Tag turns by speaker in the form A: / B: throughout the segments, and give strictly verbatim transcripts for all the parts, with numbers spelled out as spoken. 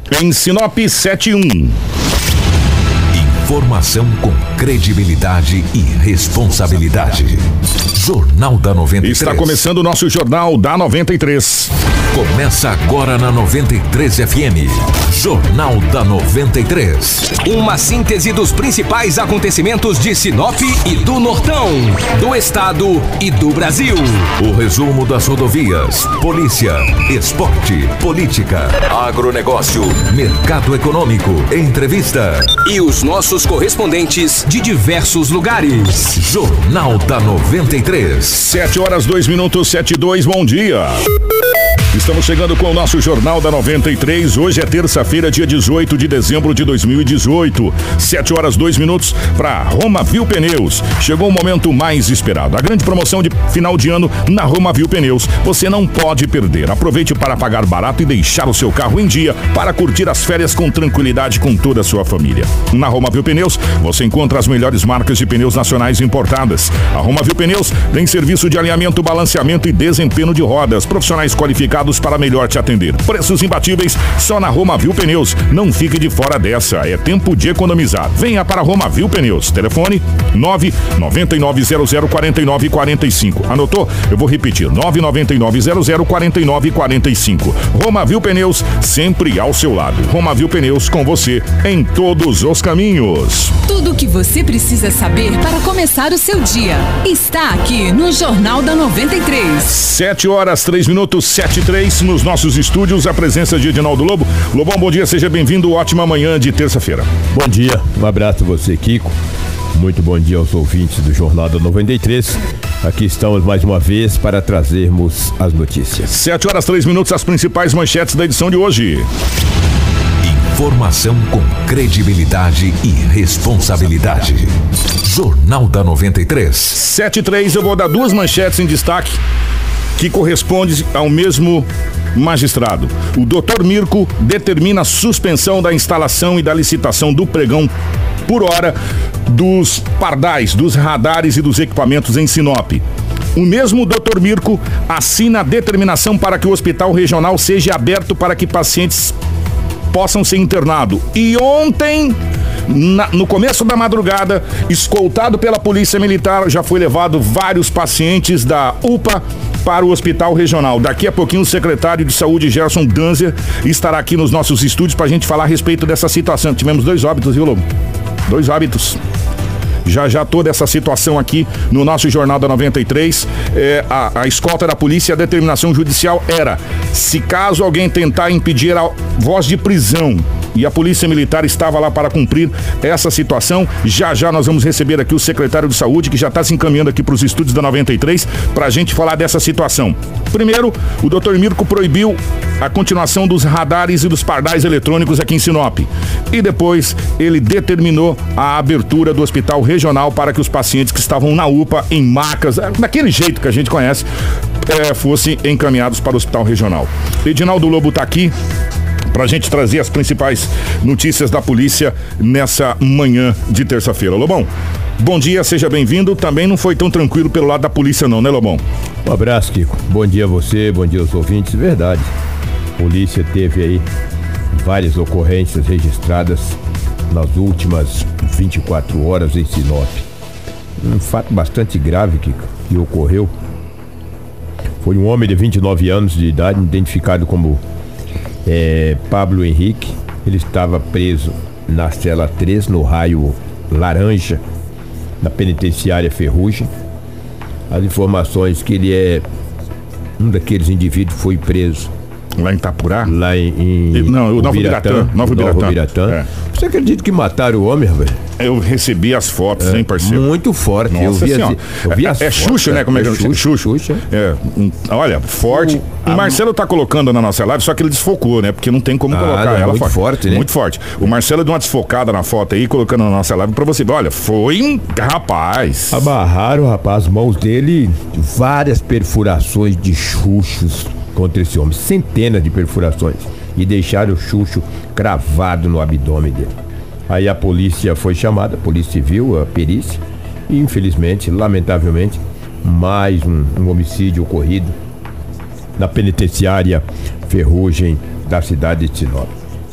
A: Em Sinop, sete e um.
B: Informação com credibilidade e responsabilidade. Jornal da noventa e três.
A: Está começando o nosso Jornal da noventa e três.
B: Começa agora na noventa e três F M. Jornal da noventa e três.
C: Uma síntese dos principais acontecimentos de Sinop e do Nortão, do estado e do Brasil.
B: O resumo das rodovias, polícia, esporte, política, agronegócio, mercado econômico, entrevista.
C: E os nossos correspondentes de diversos lugares.
B: Jornal da noventa e três.
A: sete horas, dois minutos, sete e dois, bom dia. Estamos chegando com o nosso Jornal da noventa e três. Hoje é terça-feira, dia dezoito de dezembro de dois mil e dezoito. sete horas, dois minutos para Romavil Pneus. Chegou o momento mais esperado. A grande promoção de final de ano na Romavil Pneus. Você não pode perder. Aproveite para pagar barato e deixar o seu carro em dia para curtir as férias com tranquilidade com toda a sua família. Na Romavil Pneus, você encontra as melhores marcas de pneus nacionais importadas. A Romavil Pneus tem serviço de alinhamento, balanceamento e desempenho de rodas. Profissionais qualificados para melhor te atender. Preços imbatíveis só na Romavil Pneus. Não fique de fora dessa. É tempo de economizar. Venha para Romavil Pneus. Telefone nove nove nove zero zero quatro nove quatro cinco. Anotou? Eu vou repetir. nove nove nove zero zero quatro nove quatro cinco. Romavil Pneus, sempre ao seu lado. Romavil Pneus, com você em todos os caminhos.
D: Tudo o que você precisa saber para começar o seu dia está aqui no Jornal da noventa e três.
A: sete horas, três minutos, sete e três. Nos nossos estúdios, a presença de Edinaldo Lobo. Lobão, bom dia, seja bem-vindo. Ótima manhã de terça-feira.
E: Bom dia, um abraço a você, Kiko. Muito bom dia aos ouvintes do Jornal da noventa e três. Aqui estamos mais uma vez para trazermos as notícias.
A: sete horas, três minutos, as principais manchetes da edição de hoje.
B: Informação com credibilidade e responsabilidade. Jornal da noventa e três.
A: sete e três, eu vou dar duas manchetes em destaque que corresponde ao mesmo magistrado. O doutor Mirko determina a suspensão da instalação e da licitação do pregão por hora dos pardais, dos radares e dos equipamentos em Sinop. O mesmo doutor Mirko assina a determinação para que o hospital regional seja aberto para que pacientes possam ser internados. E ontem, na, no começo da madrugada, escoltado pela Polícia Militar, já foi levado vários pacientes da U P A para o Hospital Regional. Daqui a pouquinho o secretário de Saúde, Gerson Danzer, estará aqui nos nossos estúdios para a gente falar a respeito dessa situação. Tivemos dois óbitos, viu, Lobo? Dois óbitos. Já já toda essa situação aqui no nosso Jornal da noventa e três, é, a, a escolta da polícia, a determinação judicial era, se caso alguém tentar impedir a voz de prisão, e a Polícia Militar estava lá para cumprir essa situação, já já nós vamos receber aqui o secretário de Saúde, que já está se encaminhando aqui para os estúdios da noventa e três, para a gente falar dessa situação. Primeiro, o doutor Mirko proibiu a continuação dos radares e dos pardais eletrônicos aqui em Sinop. E depois ele determinou a abertura do hospital regional para que os pacientes que estavam na U P A, em macas, daquele jeito que a gente conhece, é, fossem encaminhados para o hospital regional. Edinaldo Lobo está aqui para a gente trazer as principais notícias da polícia nessa manhã de terça-feira. Lobão, bom dia, seja bem-vindo. Também não foi tão tranquilo pelo lado da polícia não, né, Lobão?
E: Um abraço, Kiko. Bom dia a você, bom dia aos ouvintes. Verdade, a polícia teve aí várias ocorrências registradas nas últimas vinte e quatro horas em Sinop. Um fato bastante grave, Kiko, que ocorreu. Foi um homem de vinte e nove anos de idade, identificado como É, Pablo Henrique. Ele estava preso na cela três, no raio laranja, na penitenciária Ferrugem. As informações que ele é um daqueles indivíduos foi preso
A: lá em Itapurá?
E: Lá em, em
A: não, o Novo Biratã. Novo Biratã.
E: É. Você acredita que mataram o homem, velho?
A: Eu recebi as fotos, é, hein, parceiro?
E: Muito forte.
A: Nossa,
E: eu vi
A: assim,
E: as, eu vi
A: é,
E: as
A: é
E: fotos,
A: Xuxa, né? Como é que é?
E: Xuxa.
A: Xuxa. É, um, olha, forte. O, o Marcelo tá colocando na nossa live, só que ele desfocou, né? Porque não tem como ah, colocar
E: não,
A: ela
E: muito
A: forte.
E: forte, né?
A: Muito forte. O Marcelo deu uma desfocada na foto aí, colocando na nossa live pra você ver. Olha, foi um rapaz.
E: Abarraram, rapaz, as mãos dele, várias perfurações de chuchos contra esse homem. Centenas de perfurações. E deixaram o chucho cravado no abdômen dele. Aí a polícia foi chamada, a polícia civil, a perícia, e infelizmente, lamentavelmente, mais um, um homicídio ocorrido na penitenciária Ferrugem da cidade de Sinop.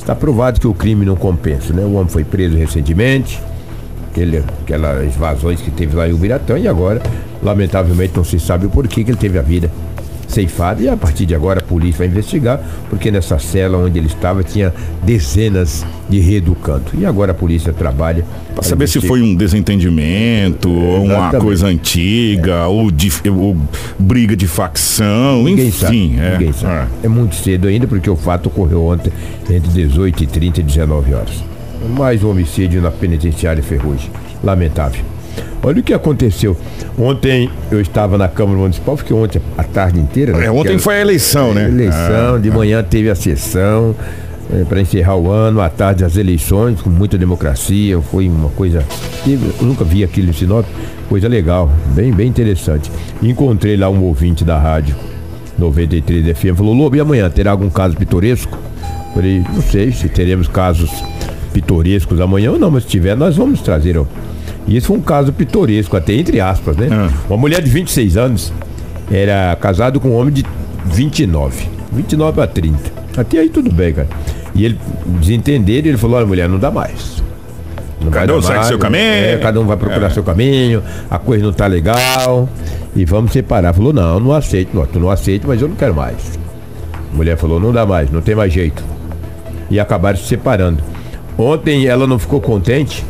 E: Está provado que o crime não compensa, né? O homem foi preso recentemente, aquele, aquelas invasões que teve lá em Ubiratã, e agora, lamentavelmente, não se sabe o porquê que ele teve a vida ceifada, e a partir de agora a polícia vai investigar, porque nessa cela onde ele estava tinha dezenas de reeducandos. E agora a polícia trabalha
A: para saber se foi um desentendimento, ou uma coisa antiga, é. ou, de, ou briga de facção,
E: ninguém
A: enfim.
E: Sabe,
A: é.
E: Ninguém sabe. É. é muito cedo ainda, porque o fato ocorreu ontem entre dezoito e trinta e dezenove horas. Mais um homicídio na penitenciária Ferrugem. Lamentável. Olha o que aconteceu. Ontem eu estava na Câmara Municipal, fiquei ontem a tarde inteira. Né?
A: É, ontem foi a eleição,
E: é,
A: né?
E: Eleição,
A: ah,
E: de manhã teve a sessão é, para encerrar o ano, à tarde as eleições, com muita democracia. Foi uma coisa. Eu nunca vi aquilo em Sinop, coisa legal, bem, bem interessante. Encontrei lá um ouvinte da rádio noventa e três F M, falou: Lobo, e amanhã terá algum caso pitoresco? Falei: não sei se teremos casos pitorescos amanhã ou não, mas se tiver, nós vamos trazer. Ó. E esse foi um caso pitoresco, até entre aspas, né? Ah. Uma mulher de vinte e seis anos era casada com um homem de vinte e nove. vinte e nove a trinta. Até aí tudo bem, cara. E ele desentenderam, ele falou: olha, mulher, não dá mais. Não
A: cada um segue seu caminho.
E: É, cada um vai procurar é. seu caminho, a coisa não tá legal. E vamos separar. Falou: não, não aceito, não, tu não aceita, mas eu não quero mais. A mulher falou: não dá mais, não tem mais jeito. E acabaram se separando. Ontem ela não ficou contente.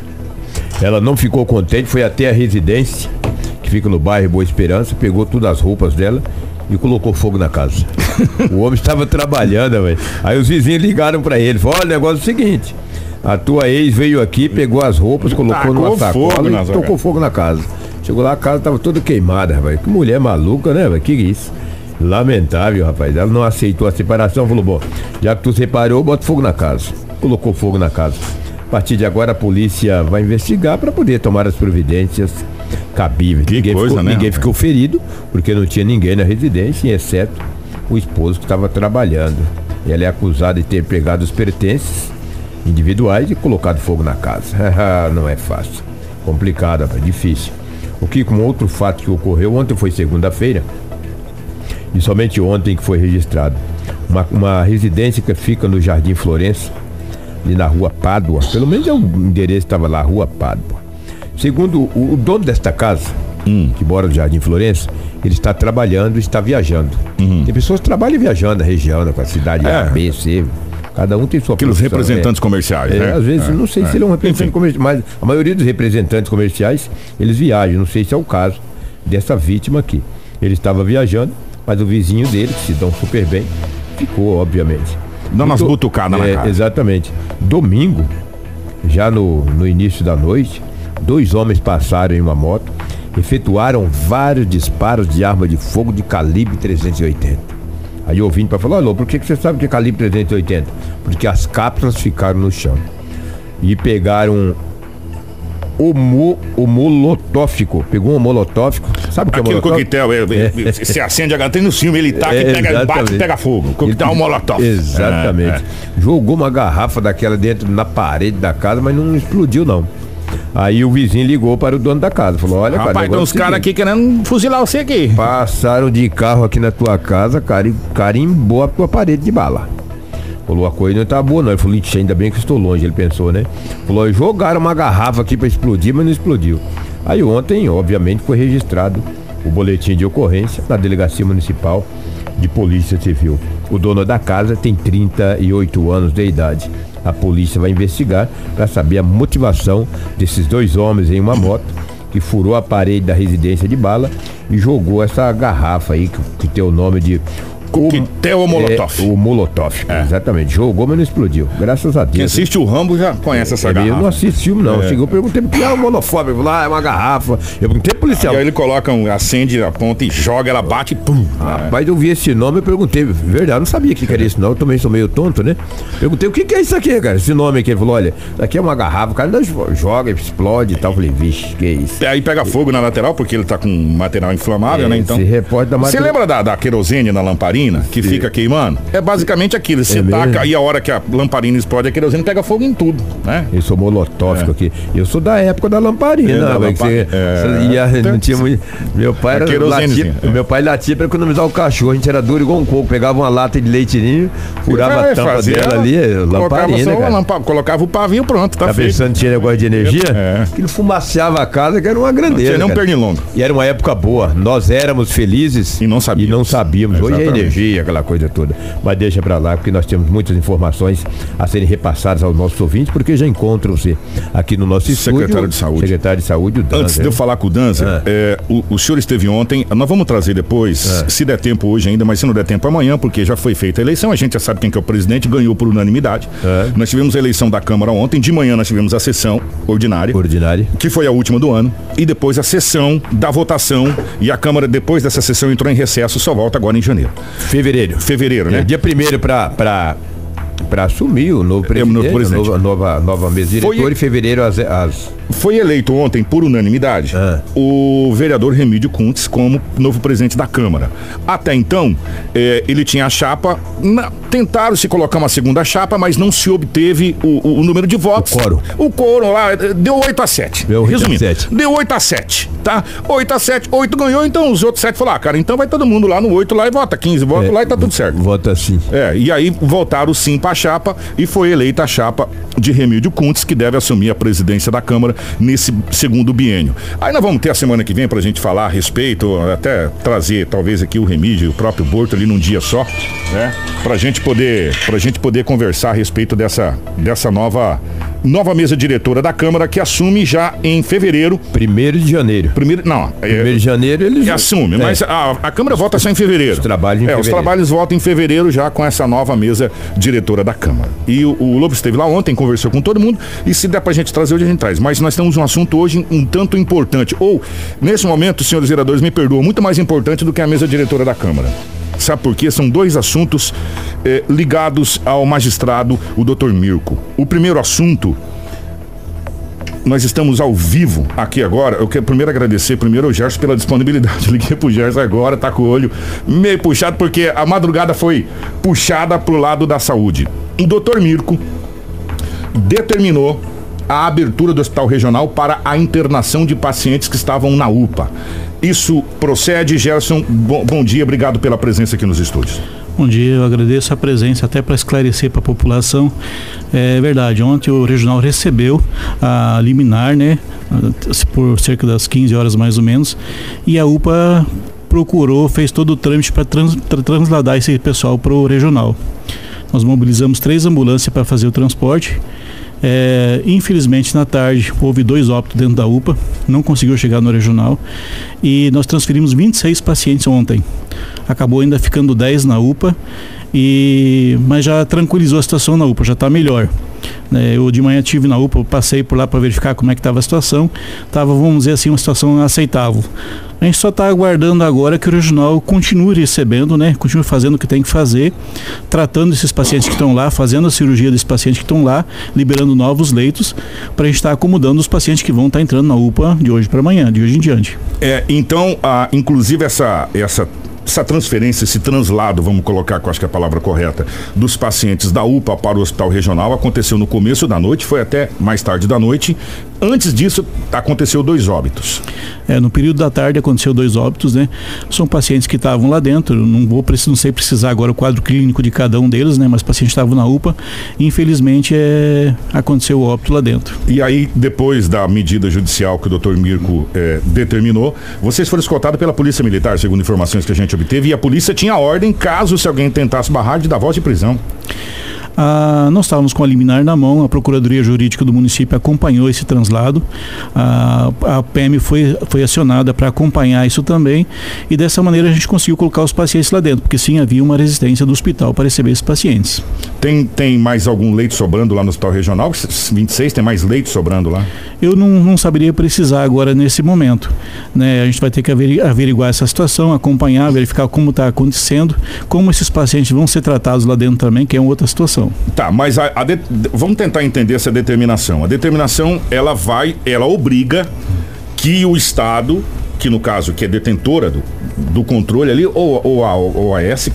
E: Ela não ficou contente, foi até a residência, que fica no bairro Boa Esperança, pegou todas as roupas dela e colocou fogo na casa. O homem estava trabalhando, velho. Aí os vizinhos ligaram pra ele, falaram: olha, o negócio é o seguinte, a tua ex veio aqui, pegou as roupas, colocou tacou numa sacola e tocou cara. fogo na casa. Chegou lá, a casa estava toda queimada, rapaz. Que mulher maluca, né, velho? Que isso? Lamentável, rapaz. Ela não aceitou a separação, falou: bom, já que tu separou, bota fogo na casa. Colocou fogo na casa. A partir de agora a polícia vai investigar para poder tomar as providências cabíveis.
A: Que
E: ninguém
A: coisa,
E: ficou,
A: né?
E: Ninguém ficou ferido, porque não tinha ninguém na residência, exceto o esposo que estava trabalhando. Ela é acusada de ter pegado os pertences individuais e colocado fogo na casa. Não é fácil. Complicado, é difícil. O que, com outro fato que ocorreu, ontem foi segunda-feira, e somente ontem que foi registrado. Uma, uma residência que fica no Jardim Florença, ali na Rua Pádua, pelo menos é o endereço que estava lá, Rua Pádua. Segundo o, o dono desta casa, hum. que mora no Jardim Florença, ele está trabalhando e está viajando. Uhum. Tem pessoas que trabalham viajando na região, com a cidade é. A, B, C. Cada um tem sua
A: Aqueles profissão, representantes é. comerciais,
E: é,
A: né?
E: Às vezes,
A: é.
E: não sei
A: é.
E: se ele é um representante
A: Enfim.
E: comercial, mas a maioria dos representantes comerciais, eles viajam. Não sei se é o caso dessa vítima aqui. Ele estava viajando, mas o vizinho dele, que se dão super bem, ficou, obviamente.
A: Dá umas butucadas na
E: é,
A: cara.
E: Exatamente. Domingo, já no, no início da noite, dois homens passaram em uma moto, efetuaram vários disparos de arma de fogo de calibre trezentos e oitenta. Aí o ouvinte falou: olha, por que você sabe que é calibre trezentos e oitenta? Porque as cápsulas ficaram no chão. E pegaram o, mo, o molotófico. Pegou um molotófico. Sabe o que é
A: aquele
E: molotófico?
A: coquetel, é. Você acende, tem no filme, ele taca é, e pega, bate e pega fogo. Coquetel ele, molotov.
E: Exatamente. É, é. Jogou uma garrafa daquela dentro na parede da casa, mas não explodiu, não. Aí o vizinho ligou para o dono da casa, falou: olha,
A: rapaz,
E: cara,
A: tem uns caras aqui querendo fuzilar você aqui.
E: Passaram de carro aqui na tua casa, cara, e carimbou a tua parede de bala. Falou: a coisa não tá boa não. Ele falou: ainda bem que eu estou longe, ele pensou, né? Falou: jogaram uma garrafa aqui para explodir, mas não explodiu. Aí ontem, obviamente, foi registrado o boletim de ocorrência na Delegacia Municipal de Polícia Civil. O dono da casa tem trinta e oito anos de idade. A polícia vai investigar para saber a motivação desses dois homens em uma moto que furou a parede da residência de bala e jogou essa garrafa aí que, que tem o nome de
A: coquetel ou molotov.
E: É, o molotov, é. Exatamente. Jogou, mas não explodiu. Graças a Deus.
A: Quem assiste o Rambo já conhece essa
E: é,
A: garrafa.
E: Eu não assisti filme, não. É. Chegou, eu perguntei porque é um monofóbico. Lá é uma garrafa. Eu perguntei pro policial.
A: E aí ele coloca, um, acende a ponta e joga, ela bate e pum.
E: Rapaz, é. eu vi esse nome, eu perguntei. Verdade, eu não sabia o que, que era esse nome. Eu também sou meio tonto, né? Perguntei: o que, que é isso aqui, cara? Esse nome aqui. Ele falou: olha, isso aqui é uma garrafa. O cara joga, explode e tal. Eu falei: vixe, que é isso?
A: Aí pega fogo na lateral, porque ele tá com material inflamável, é, né? Então.
E: Esse repórter da
A: Você lembra da, da querosene na lamparina? lamparina que Sim. fica queimando? É basicamente aquilo. Você é taca mesmo? E a hora que a lamparina explode, a querosene pega fogo em tudo, né?
E: Eu sou molotófico é. aqui. Eu sou da época da lamparina. É, da lampa... você, é. ia, não tinha muito... Meu pai era latia, é. Meu pai latia pra economizar o cachorro. A gente era duro igual um coco. Pegava uma lata de leitinho, furava é, a tampa fazia, dela ali, lamparina, colocava, lampa,
A: colocava o pavio, pronto, tá,
E: tá
A: feito.
E: Pensando que tinha negócio de energia? É. Aquilo fumaceava a casa, que era uma grandeza.
A: Não tinha nem um pernilongo.
E: E era uma época boa. Nós éramos felizes
A: e não sabíamos.
E: E não sabíamos. Hoje é energia, aquela coisa toda. Mas deixa pra lá, porque nós temos muitas informações a serem repassadas aos nossos ouvintes, porque já encontram-se aqui no nosso estúdio.
A: Secretário de Saúde.
E: Secretário de Saúde, o Danza.
A: Antes de eu falar com o Danza, ah. é, o, o senhor esteve ontem, nós vamos trazer depois, ah. se der tempo hoje ainda, mas se não der tempo amanhã, porque já foi feita a eleição, a gente já sabe quem que é o presidente, ganhou por unanimidade. Ah. Nós tivemos a eleição da Câmara ontem, de manhã nós tivemos a sessão ordinária.
E: Ordinária.
A: Que foi a última do ano, e depois a sessão da votação, e a Câmara, depois dessa sessão, entrou em recesso, só volta agora em janeiro.
E: Fevereiro.
A: Fevereiro, né?
E: É, dia primeiro para para para assumir o novo presidente, é, novo presidente. Nova, nova, nova mesa diretora foi, em fevereiro as, as...
A: Foi eleito ontem, por unanimidade, ah. o vereador Remídio Kuntz como novo presidente da Câmara. Até então, eh, ele tinha a chapa, na, tentaram se colocar uma segunda chapa, mas não se obteve o, o, o número de votos.
E: O quórum.
A: O quórum lá deu oito a sete.
E: Deu Resumindo, oito a sete.
A: Deu oito a sete, tá? oito a sete, oito ganhou, então os outros sete falaram, ah, cara, então vai todo mundo lá no oito lá e vota, quinze vota é, lá e tá tudo certo.
E: Vota sim.
A: É, e aí votaram sim pra chapa e foi eleita a chapa de Remídio Kuntz, que deve assumir a presidência da Câmara nesse segundo biênio. Aí nós vamos ter a semana que vem pra gente falar a respeito, até trazer talvez aqui o Remídio e o próprio Borto ali num dia só, né? Pra gente poder, pra gente poder conversar a respeito dessa, dessa nova nova mesa diretora da Câmara, que assume já em fevereiro.
E: Primeiro de janeiro.
A: Primeiro, não.
E: Primeiro é, de janeiro eles...
A: assume, é. mas a, a Câmara vota só em fevereiro.
E: Os trabalhos em
A: é,
E: fevereiro.
A: Os trabalhos votam em fevereiro já com essa nova mesa diretora da Câmara. E o, o Lobo esteve lá ontem, conversou com todo mundo, e se der pra gente trazer hoje, a gente traz. Mas nós temos um assunto hoje um tanto importante, ou, nesse momento, senhores vereadores, me perdoam, muito mais importante do que a mesa diretora da Câmara. Sabe por quê? São dois assuntos eh, ligados ao magistrado, o doutor Mirko. O primeiro assunto... Nós estamos ao vivo aqui agora. Eu quero primeiro agradecer primeiro ao Gerson pela disponibilidade. Liguei pro Gerson agora, tá com o olho meio puxado, porque a madrugada foi puxada pro lado da saúde. O doutor Mirko determinou a abertura do hospital regional para a internação de pacientes que estavam na U P A. Isso procede, Gerson? Bom, bom dia, obrigado pela presença aqui nos estúdios.
F: Bom dia, eu agradeço a presença até para esclarecer para a população. É verdade, ontem o regional recebeu a liminar, né, por cerca das quinze horas mais ou menos, e a U P A procurou, fez todo o trâmite para trans, tra, transladar esse pessoal para o regional. Nós mobilizamos três ambulâncias para fazer o transporte. É, infelizmente na tarde houve dois óbitos dentro da U P A, não conseguiu chegar no regional e nós transferimos vinte e seis pacientes ontem. Acabou ainda ficando dez na U P A, e, mas já tranquilizou a situação na U P A, já está melhor. É, eu de manhã estive na U P A, passei por lá para verificar como é que estava a situação, estava, vamos dizer assim, uma situação aceitável. A gente só está aguardando agora que o regional continue recebendo, né? Continue fazendo o que tem que fazer, tratando esses pacientes que estão lá, fazendo a cirurgia desses pacientes que estão lá, liberando novos leitos, para a gente estar tá acomodando os pacientes que vão estar tá entrando na U P A de hoje para amanhã, de hoje em diante.
A: É, então, ah, inclusive essa, essa, essa transferência, esse translado, vamos colocar, que eu acho que é a palavra correta, dos pacientes da U P A para o hospital regional aconteceu no começo da noite, foi até mais tarde da noite. Antes disso, aconteceu dois óbitos.
F: É, no período da tarde aconteceu dois óbitos, né? São pacientes que estavam lá dentro, não vou não sei precisar agora o quadro clínico de cada um deles, né? Mas pacientes estavam na U P A e infelizmente é, aconteceu o óbito lá dentro.
A: E aí, depois da medida judicial que o doutor Mirko é, determinou, vocês foram escoltados pela Polícia Militar, segundo informações que a gente obteve, e a polícia tinha ordem, caso se alguém tentasse barrar, de dar voz de prisão.
F: Ah, nós estávamos com a liminar na mão, a Procuradoria Jurídica do município acompanhou esse translado, ah, a P M foi, foi acionada para acompanhar isso também, e dessa maneira a gente conseguiu colocar os pacientes lá dentro, porque sim, havia uma resistência do hospital para receber esses pacientes.
A: Tem, tem mais algum leito sobrando lá no hospital regional? vinte e seis, tem mais leito sobrando lá?
F: Eu não, não saberia precisar agora nesse momento, né? A gente vai ter que averiguar essa situação, acompanhar, verificar como está acontecendo, como esses pacientes vão ser tratados lá dentro também, que é outra situação.
A: Tá, mas a, a de, vamos tentar entender essa determinação. A determinação, ela vai, ela obriga que o Estado, que no caso que é detentora do, do controle ali, ou, ou a O A S, que é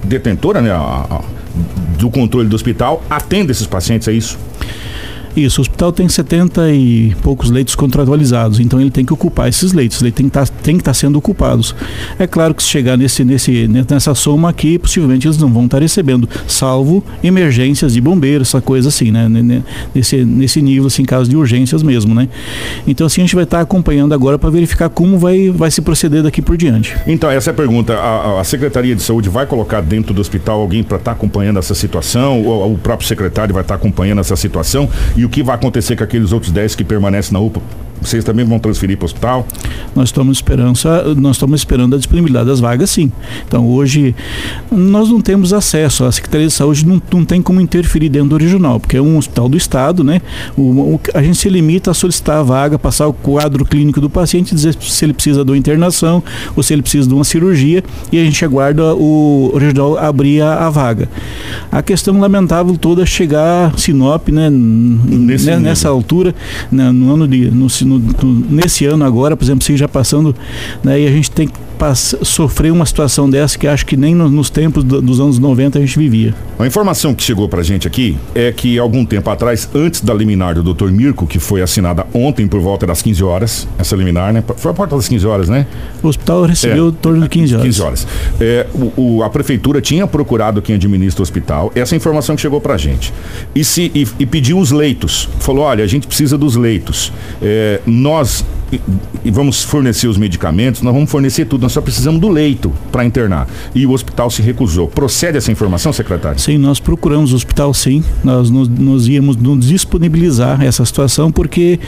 A: detentora, né, a, a, do controle do hospital, atende esses pacientes, é isso?
F: Isso, o hospital tem setenta e poucos leitos contratualizados, então ele tem que ocupar esses leitos, ele tem que tá, tem que estar tá sendo ocupados. É claro que se chegar nesse, nesse, nessa soma aqui, possivelmente eles não vão estar tá recebendo, salvo emergências de bombeiros, essa coisa assim, né? Nesse, nesse nível, assim, caso de urgências mesmo, né? Então assim, a gente vai estar tá acompanhando agora para verificar como vai, vai se proceder daqui por diante.
A: Então, essa é a pergunta, a, a Secretaria de Saúde vai colocar dentro do hospital alguém para estar tá acompanhando essa situação, ou o próprio secretário vai estar tá acompanhando essa situação, e o que vai acontecer com aqueles outros dez que permanecem na U P A? Vocês também vão transferir para o hospital?
F: Nós estamos esperando, nós estamos esperando a disponibilidade das vagas, sim. Então hoje nós não temos acesso, a Secretaria de Saúde não, não tem como interferir dentro do regional, porque é um hospital do estado, né? O, o, a gente se limita a solicitar a vaga, passar o quadro clínico do paciente, dizer se ele precisa de uma internação ou se ele precisa de uma cirurgia, e a gente aguarda o, o regional abrir a, a vaga. A questão lamentável toda é chegar Sinop, né? Nesse né, nessa altura, né, no ano de no, No, no, nesse ano agora, por exemplo, se já passando, né, e a gente tem que pass- sofrer uma situação dessa que acho que nem no, nos tempos do, dos anos noventa a gente vivia.
A: A informação que chegou pra gente aqui é que algum tempo atrás, antes da liminar do doutor Mirko, que foi assinada ontem por volta das quinze horas, essa liminar, né? Foi a porta das quinze horas, né?
F: O hospital recebeu é, em torno de quinze horas.
A: quinze horas. É, o, o, a prefeitura tinha procurado quem administra o hospital, essa informação que chegou pra gente. E, se, e, e pediu os leitos. Falou, olha, a gente precisa dos leitos. É, nós e, e vamos fornecer os medicamentos, nós vamos fornecer tudo, nós só precisamos do leito para internar. E o hospital se recusou. Procede essa informação, secretário?
F: Sim, nós procuramos o hospital, sim. Nós nos, nos íamos nos disponibilizar essa situação porque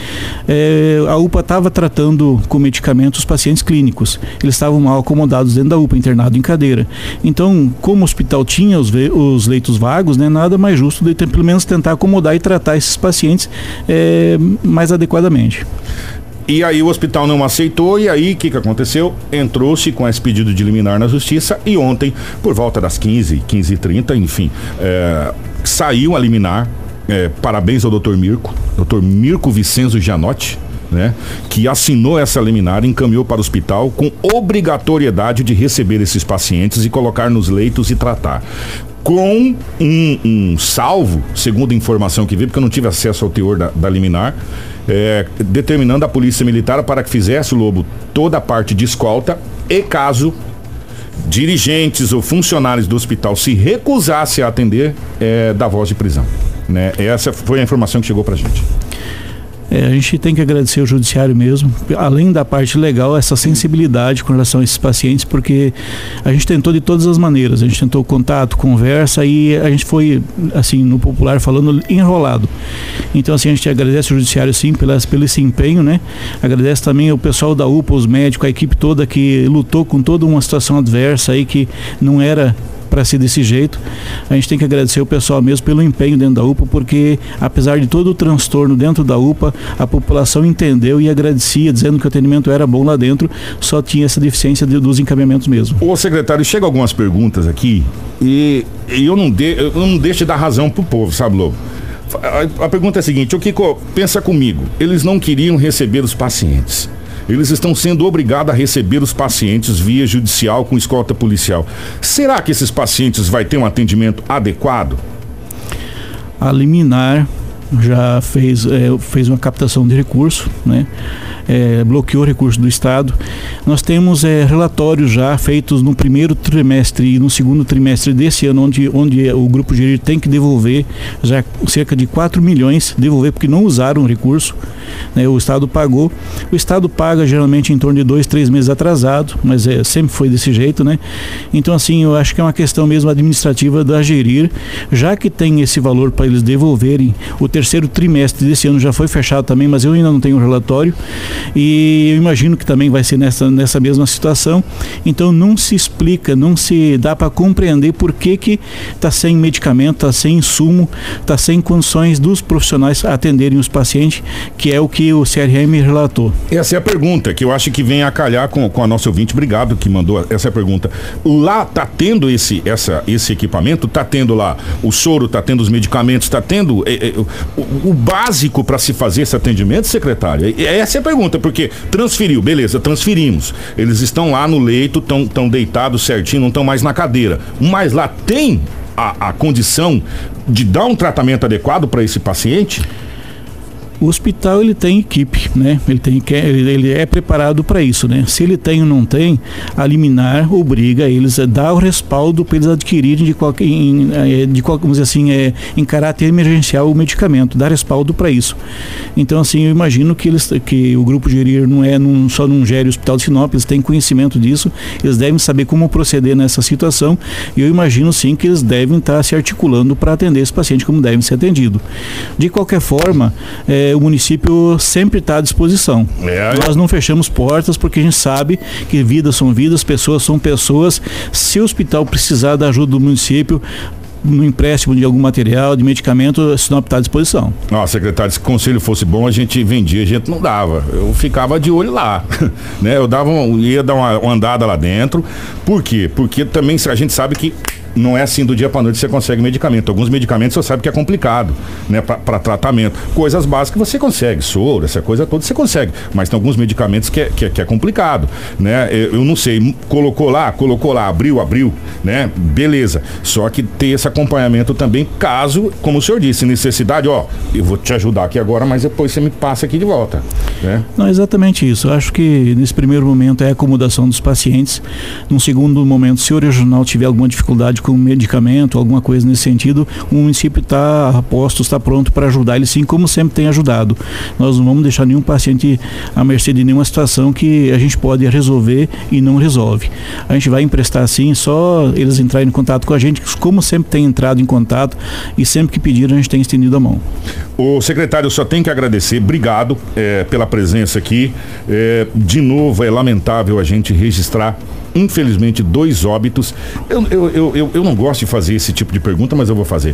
F: é, a U P A estava tratando com medicamentos os pacientes clínicos. Eles estavam mal acomodados dentro da U P A, internado em cadeira. Então, como o hospital tinha os, os leitos vagos, né, nada mais justo de ter, pelo menos tentar acomodar e tratar esses pacientes é, mais adequadamente.
A: E aí o hospital não aceitou, e aí o que, que aconteceu? Entrou-se com esse pedido de liminar na justiça, e ontem, por volta das quinze, quinze e trinta, enfim, é, saiu a liminar. É, parabéns ao doutor Mirko, doutor Mirko Vicenzo Gianotti, né, que assinou essa liminar e encaminhou para o hospital com obrigatoriedade de receber esses pacientes e colocar nos leitos e tratar. Com um, um salvo, segundo a informação que vi, porque eu não tive acesso ao teor da, da liminar, é, determinando a Polícia Militar para que fizesse, Lobo, toda a parte de escolta, e caso dirigentes ou funcionários do hospital se recusassem a atender, é, da voz de prisão, né? Essa foi a informação que chegou pra gente.
F: É, a gente tem que agradecer ao judiciário mesmo, além da parte legal, essa sensibilidade com relação a esses pacientes, porque a gente tentou de todas as maneiras, a gente tentou contato, conversa, e a gente foi, assim, no popular falando, enrolado. Então, assim, a gente agradece ao judiciário, sim, pela, pelo esse empenho, né? Agradece também ao pessoal da U P A, os médicos, a equipe toda que lutou com toda uma situação adversa aí, que não era para ser desse jeito. A gente tem que agradecer o pessoal mesmo pelo empenho dentro da U P A, porque apesar de todo o transtorno dentro da U P A, a população entendeu e agradecia, dizendo que o atendimento era bom lá dentro, só tinha essa deficiência de, dos encaminhamentos mesmo.
A: Ô secretário, chega algumas perguntas aqui e, e eu, não de, eu não deixo de dar razão pro povo, sabe, Lobo? A, a pergunta é a seguinte: o Kiko, pensa comigo, eles não queriam receber os pacientes. Eles estão sendo obrigados a receber os pacientes via judicial com escolta policial. Será que esses pacientes vão ter um atendimento adequado?
F: A liminar já fez, é, fez uma captação de recurso, né? É, bloqueou o recurso do Estado. Nós temos é, relatórios já feitos no primeiro trimestre e no segundo trimestre desse ano, onde, onde o Grupo Gerir tem que devolver já cerca de quatro milhões, devolver porque não usaram o recurso, né? O Estado pagou. O Estado paga geralmente em torno de dois, três meses atrasado, mas é, sempre foi desse jeito, né? Então, assim, eu acho que é uma questão mesmo administrativa da Gerir, já que tem esse valor para eles devolverem. O terceiro trimestre desse ano já foi fechado também, mas eu ainda não tenho o relatório. E eu imagino que também vai ser nessa, nessa mesma situação. Então não se explica, não se dá para compreender por que que está sem medicamento, está sem insumo, está sem condições dos profissionais atenderem os pacientes, que é o que o C R M relatou.
A: Essa é a pergunta que eu acho que vem a calhar com, com a nossa ouvinte. Obrigado que mandou essa pergunta. Lá está tendo esse, essa, esse equipamento, está tendo lá o soro, está tendo os medicamentos, está tendo é, é, o, o básico para se fazer esse atendimento, secretário? Essa é a pergunta. conta, porque transferiu, beleza, transferimos. Eles estão lá no leito, estão tão deitados certinho, não estão mais na cadeira. Mas lá tem a, a condição de dar um tratamento adequado para esse paciente?
F: O hospital, ele tem equipe, né? Ele tem ele, ele é preparado para isso, né? Se ele tem ou não tem, a liminar obriga eles a dar o respaldo para eles adquirirem de qualquer, em, de qualquer, vamos dizer assim, é, em caráter emergencial o medicamento, dar respaldo para isso. Então, assim, eu imagino que eles, que o grupo Gerir não é num, só num Gério Hospital de Sinop, eles têm conhecimento disso, eles devem saber como proceder nessa situação, e eu imagino sim que eles devem estar se articulando para atender esse paciente como deve ser atendido. De qualquer forma, é, o município sempre está à disposição. É. Nós não fechamos portas porque a gente sabe que vidas são vidas, pessoas são pessoas. Se o hospital precisar da ajuda do município, no empréstimo de algum material, de medicamento, o Sinop está à disposição.
A: Ó, secretário, se o conselho fosse bom, a gente vendia, a gente não dava. Eu ficava de olho lá, né? Eu dava um, ia dar uma, uma andada lá dentro. Por quê? Porque também a gente sabe que não é assim do dia para noite você consegue medicamento. Alguns medicamentos você sabe que é complicado, né, para tratamento. Coisas básicas você consegue, soro, essa coisa toda você consegue. Mas tem alguns medicamentos que é, que é, que é complicado, né? Eu, eu não sei, colocou lá, colocou lá, abriu, abriu, né? Beleza. Só que ter esse acompanhamento também, caso, como o senhor disse, necessidade, ó, eu vou te ajudar aqui agora, mas depois você me passa aqui de volta, né?
F: Não, exatamente isso. Eu acho que nesse primeiro momento é a acomodação dos pacientes. Num segundo momento, se o regional tiver alguma dificuldade com medicamento, alguma coisa nesse sentido, o município está a postos, está pronto para ajudar ele sim, como sempre tem ajudado. Nós não vamos deixar nenhum paciente à mercê de nenhuma situação que a gente pode resolver e não resolve. A gente vai emprestar sim, só eles entrarem em contato com a gente, como sempre tem entrado em contato, e sempre que pediram a gente tem estendido a mão.
A: O secretário, só tem que agradecer, obrigado é, pela presença aqui. É, de novo, é lamentável a gente registrar, infelizmente, dois óbitos. Eu, eu, eu, eu, eu não gosto de fazer esse tipo de pergunta, mas eu vou fazer.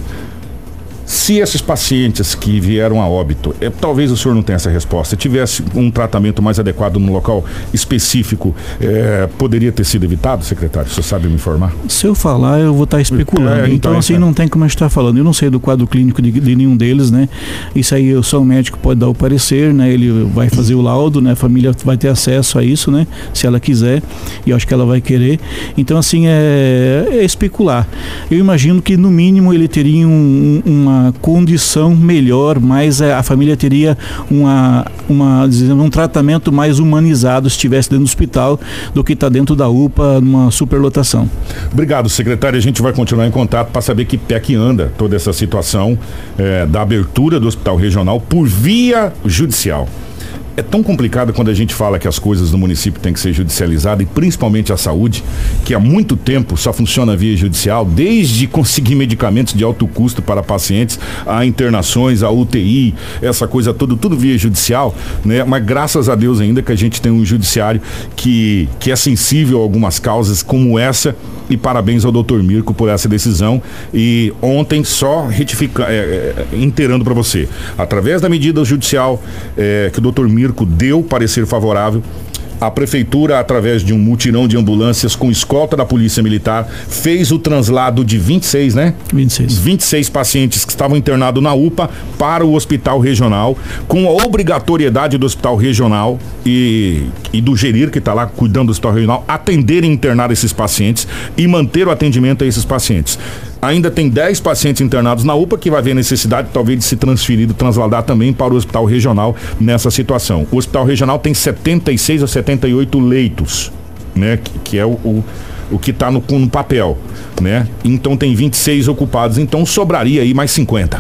A: Se esses pacientes que vieram a óbito, é, talvez o senhor não tenha essa resposta, tivesse um tratamento mais adequado num local específico, é, poderia ter sido evitado, secretário? O senhor sabe me informar?
F: Se eu falar, eu vou estar especulando. É, então, então, assim, é. não tem como a gente estar falando. Eu não sei do quadro clínico de, de nenhum deles, né? Isso aí só o médico pode dar o parecer, né? Ele vai fazer o laudo, né? A família vai ter acesso a isso, né? Se ela quiser, e eu acho que ela vai querer. Então, assim, é, é especular. Eu imagino que, no mínimo, ele teria um, uma condição melhor, mas a família teria uma, uma, um tratamento mais humanizado se estivesse dentro do hospital do que está dentro da U P A, numa superlotação.
A: Obrigado, secretário. A gente vai continuar em contato para saber que pé que anda toda essa situação é, da abertura do hospital regional por via judicial. É tão complicado quando a gente fala que as coisas no município têm que ser judicializadas, e principalmente a saúde, que há muito tempo só funciona via judicial, desde conseguir medicamentos de alto custo para pacientes, a internações, a U T I, essa coisa toda, tudo via judicial, né? Mas graças a Deus ainda que a gente tem um judiciário que, que é sensível a algumas causas como essa, e parabéns ao doutor Mirko por essa decisão. E ontem, só retificando, é, é, inteirando para você, através da medida judicial é, que o doutor Mirko deu parecer favorável, a prefeitura, através de um mutirão de ambulâncias com escolta da polícia militar, fez o translado de vinte e seis, né?
F: vinte e seis.
A: vinte e seis pacientes que estavam internados na U P A para o hospital regional, com a obrigatoriedade do hospital regional e, e do Gerir, que está lá cuidando do hospital regional, atender e internar esses pacientes e manter o atendimento a esses pacientes. Ainda tem dez pacientes internados na U P A que vai haver necessidade talvez de se transferir, de transladar também para o hospital regional nessa situação. O hospital regional tem setenta e seis a setenta e oito leitos, né? Que, que é o, o, o que está no, no papel, né? Então tem vinte e seis ocupados, então sobraria aí mais cinquenta.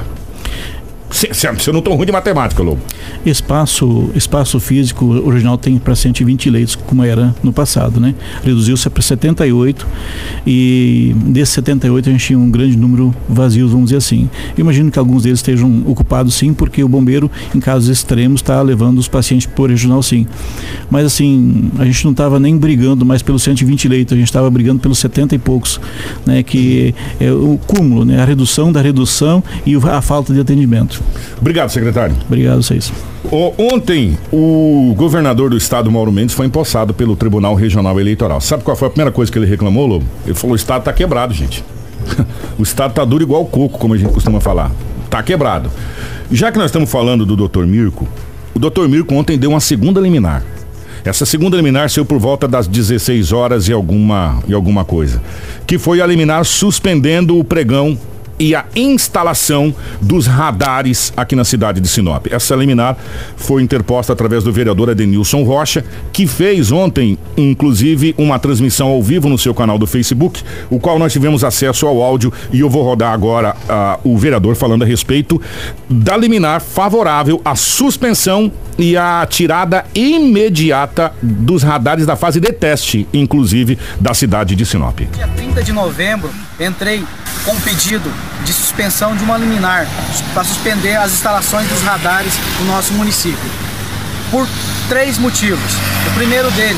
A: Se, se, se eu não estou ruim de matemática, Lobo.
F: Espaço, espaço físico original tem para cento e vinte leitos, como era no passado, né? Reduziu-se para setenta e oito, e desses setenta e oito a gente tinha um grande número vazios, vamos dizer assim. Eu imagino que alguns deles estejam ocupados sim, porque o bombeiro, em casos extremos, está levando os pacientes para o regional sim. Mas assim, a gente não estava nem brigando mais pelos cento e vinte leitos, a gente estava brigando pelos setenta e poucos, né? Que é o cúmulo, né? A redução da redução e a falta de atendimento.
A: Obrigado, secretário.
F: Obrigado a vocês.
A: O, ontem, o governador do estado, Mauro Mendes, foi empossado pelo Tribunal Regional Eleitoral. Sabe qual foi a primeira coisa que ele reclamou, Lobo? Ele falou: o estado está quebrado, gente. O estado está duro igual coco, como a gente costuma falar. Está quebrado. Já que nós estamos falando do doutor Mirko, o doutor Mirko ontem deu uma segunda liminar. Essa segunda liminar saiu por volta das dezesseis horas e alguma, e alguma coisa, que foi a liminar suspendendo o pregão e a instalação dos radares aqui na cidade de Sinop. Essa liminar foi interposta através do vereador Adenilson Rocha, que fez ontem, inclusive, uma transmissão ao vivo no seu canal do Facebook, o qual nós tivemos acesso ao áudio, e eu vou rodar agora uh, o vereador falando a respeito da liminar favorável à suspensão e a tirada imediata dos radares da fase de teste, inclusive, da cidade de Sinop.
G: Dia trinta de novembro, entrei com um pedido de suspensão de uma liminar para suspender as instalações dos radares do nosso município, por três motivos. O primeiro dele,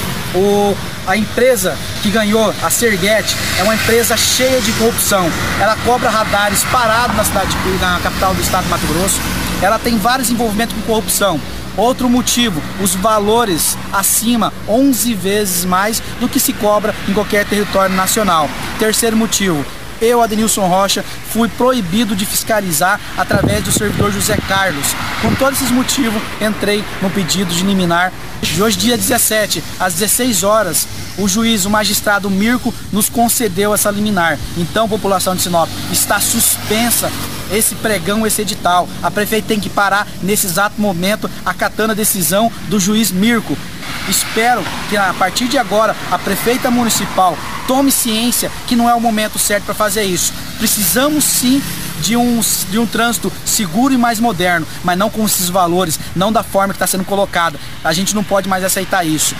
G: o, a empresa que ganhou, a Serguete, é uma empresa cheia de corrupção. Ela cobra radares parados na cidade, na capital do estado de Mato Grosso. Ela tem vários envolvimentos com corrupção. Outro motivo, os valores acima, onze vezes mais do que se cobra em qualquer território nacional. Terceiro motivo, eu, Adenilson Rocha, fui proibido de fiscalizar através do servidor José Carlos. Com todos esses motivos, entrei no pedido de liminar. De hoje, dia dezessete, às dezesseis horas, o juiz, o magistrado Mirko, nos concedeu essa liminar. Então, população de Sinop, está suspensa esse pregão, esse edital. A prefeita tem que parar nesse exato momento, acatando a decisão do juiz Mirko. Espero que a partir de agora a prefeita municipal tome ciência que não é o momento certo para fazer isso. Precisamos sim de um, de um trânsito seguro e mais moderno, mas não com esses valores, não da forma que está sendo colocada. A gente não pode mais aceitar isso.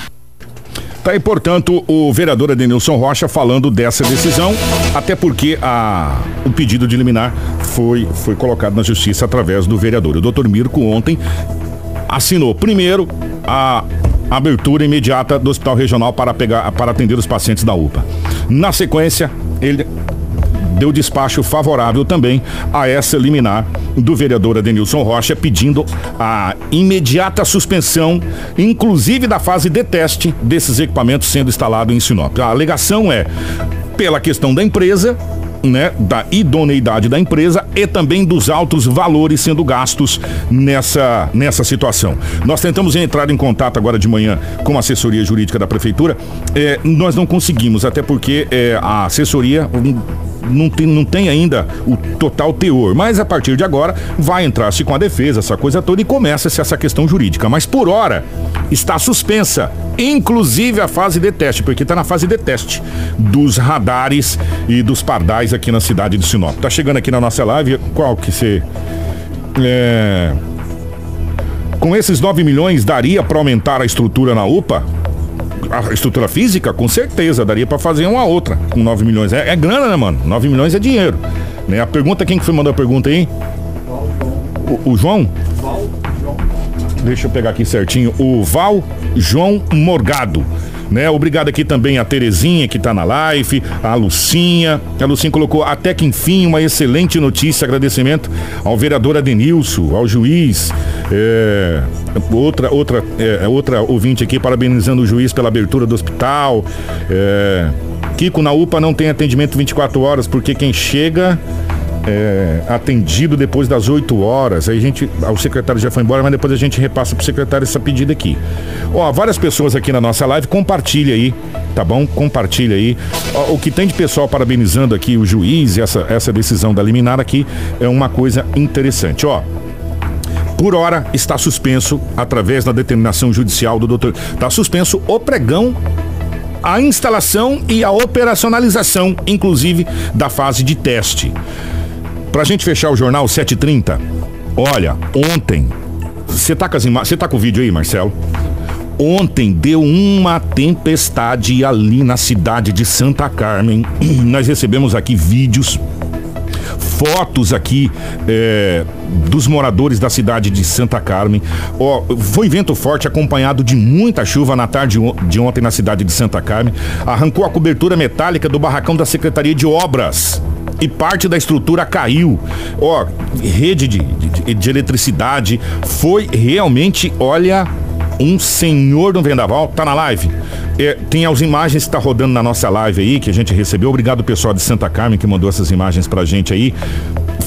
A: Tá aí, portanto, o vereador Adenilson Rocha falando dessa decisão, até porque a, o pedido de liminar foi, foi colocado na justiça através do vereador. O doutor Mirko ontem assinou primeiro a abertura imediata do hospital regional para, pegar, para atender os pacientes da U P A. Na sequência, ele deu despacho favorável também a essa liminar do vereador Adenilson Rocha, pedindo a imediata suspensão, inclusive da fase de teste desses equipamentos sendo instalados em Sinop. A alegação é pela questão da empresa, né, da idoneidade da empresa e também dos altos valores sendo gastos nessa, nessa situação. Nós tentamos entrar em contato agora de manhã com a assessoria jurídica da prefeitura, é, nós não conseguimos, até porque é, a assessoria um, Não tem, não tem ainda o total teor, mas a partir de agora vai entrar-se com a defesa, essa coisa toda, e começa-se essa questão jurídica. Mas por hora está suspensa, inclusive a fase de teste, porque está na fase de teste dos radares e dos pardais aqui na cidade de Sinop. Tá chegando aqui na nossa live, qual que você... É... Com esses nove milhões daria para aumentar a estrutura na U P A? A estrutura física, com certeza, daria pra fazer uma outra com nove milhões. É, é grana, né, mano? nove milhões é dinheiro. Né? A pergunta, quem que foi mandou a pergunta aí? O, o João? Deixa eu pegar aqui certinho. O Val João Morgado. Né? Obrigado aqui também a Terezinha, que tá na live, a Lucinha. A Lucinha colocou, até que enfim, uma excelente notícia. Agradecimento ao vereador Adenilson, ao juiz. É, outra, outra, é, outra ouvinte aqui parabenizando o juiz pela abertura do hospital. É, Kiko, na U P A não tem atendimento vinte e quatro horas, porque quem chega é atendido depois das oito horas. Aí a gente, o secretário já foi embora, mas depois a gente repassa pro secretário essa pedida aqui. Ó, várias pessoas aqui na nossa live, compartilha aí, tá bom? Compartilha aí. Ó, o que tem de pessoal parabenizando aqui o juiz e essa, essa decisão da liminar aqui é uma coisa interessante, ó. Por hora está suspenso, através da determinação judicial do doutor, está suspenso o pregão, a instalação e a operacionalização, inclusive, da fase de teste. Pra gente fechar o jornal sete e trinta, olha, ontem, você tá com as imagens, você tá com o vídeo aí, Marcelo? Ontem deu uma tempestade ali na cidade de Santa Carmen. Nós recebemos aqui vídeos, fotos aqui é, dos moradores da cidade de Santa Carmen. Ó, foi vento forte acompanhado de muita chuva na tarde de ontem na cidade de Santa Carmen. Arrancou a cobertura metálica do barracão da Secretaria de Obras e parte da estrutura caiu. Ó, rede de, de, de eletricidade. Foi realmente, olha, um senhor do vendaval. Tá na live? É, tem as imagens que tá rodando na nossa live aí, que a gente recebeu. Obrigado, pessoal de Santa Carmen, que mandou essas imagens pra gente aí.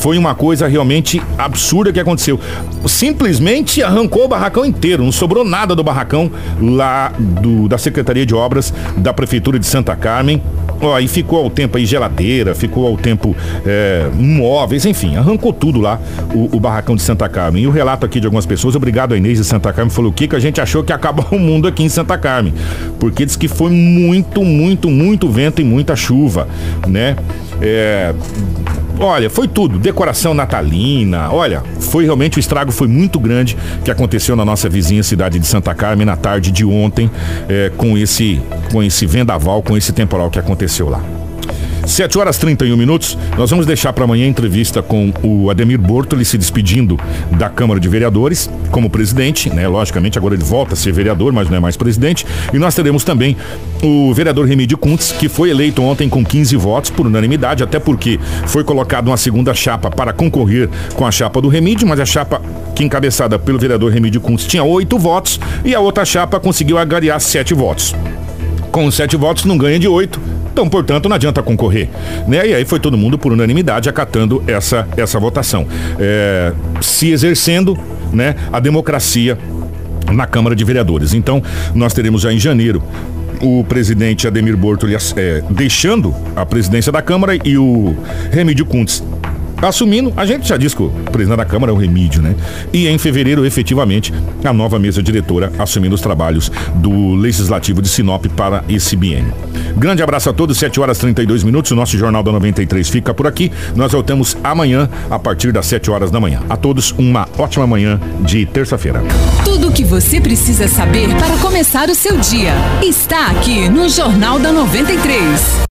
A: Foi uma coisa realmente absurda que aconteceu. Simplesmente arrancou o barracão inteiro, não sobrou nada do barracão lá do, da Secretaria de Obras da Prefeitura de Santa Carmen. Ó, e ficou ao tempo aí geladeira, ficou ao tempo é, móveis, enfim, arrancou tudo lá o, o barracão de Santa Carmen. E o relato aqui de algumas pessoas, obrigado a Inês de Santa Carmen, falou o que que a gente achou que ia acabar o mundo aqui em Santa Carmen, porque diz que foi muito, muito, muito vento e muita chuva, né? É... Olha, foi tudo, decoração natalina, olha, foi realmente, o estrago foi muito grande que aconteceu na nossa vizinha cidade de Santa Carmen na tarde de ontem, é, com esse, com esse vendaval, com esse temporal que aconteceu lá. sete horas e trinta e um minutos, nós vamos deixar para amanhã a entrevista com o Ademir Bortoli se despedindo da Câmara de Vereadores como presidente, né? Logicamente agora ele volta a ser vereador, mas não é mais presidente. E nós teremos também o vereador Remídio Kuntz, que foi eleito ontem com quinze votos por unanimidade, até porque foi colocado uma segunda chapa para concorrer com a chapa do Remídio, mas a chapa que encabeçada pelo vereador Remídio Kuntz tinha oito votos e a outra chapa conseguiu agariar sete votos. Com os sete votos não ganha de oito. Então, portanto, não adianta concorrer, né? E aí foi todo mundo por unanimidade acatando essa, essa votação, é, se exercendo, né, a democracia na Câmara de Vereadores. Então, nós teremos já em janeiro o presidente Ademir Bortoli é, deixando a presidência da Câmara e o Remídio Kuntz assumindo. A gente já disse que o presidente da Câmara é o Remídio, né? E em fevereiro, efetivamente, a nova mesa diretora assumindo os trabalhos do Legislativo de Sinop para esse biênio. Grande abraço a todos, sete horas e trinta e dois minutos, o nosso Jornal da noventa e três fica por aqui. Nós voltamos amanhã, a partir das sete horas da manhã. A todos, uma ótima manhã de terça-feira.
D: Tudo o que você precisa saber para começar o seu dia está aqui no Jornal da noventa e três.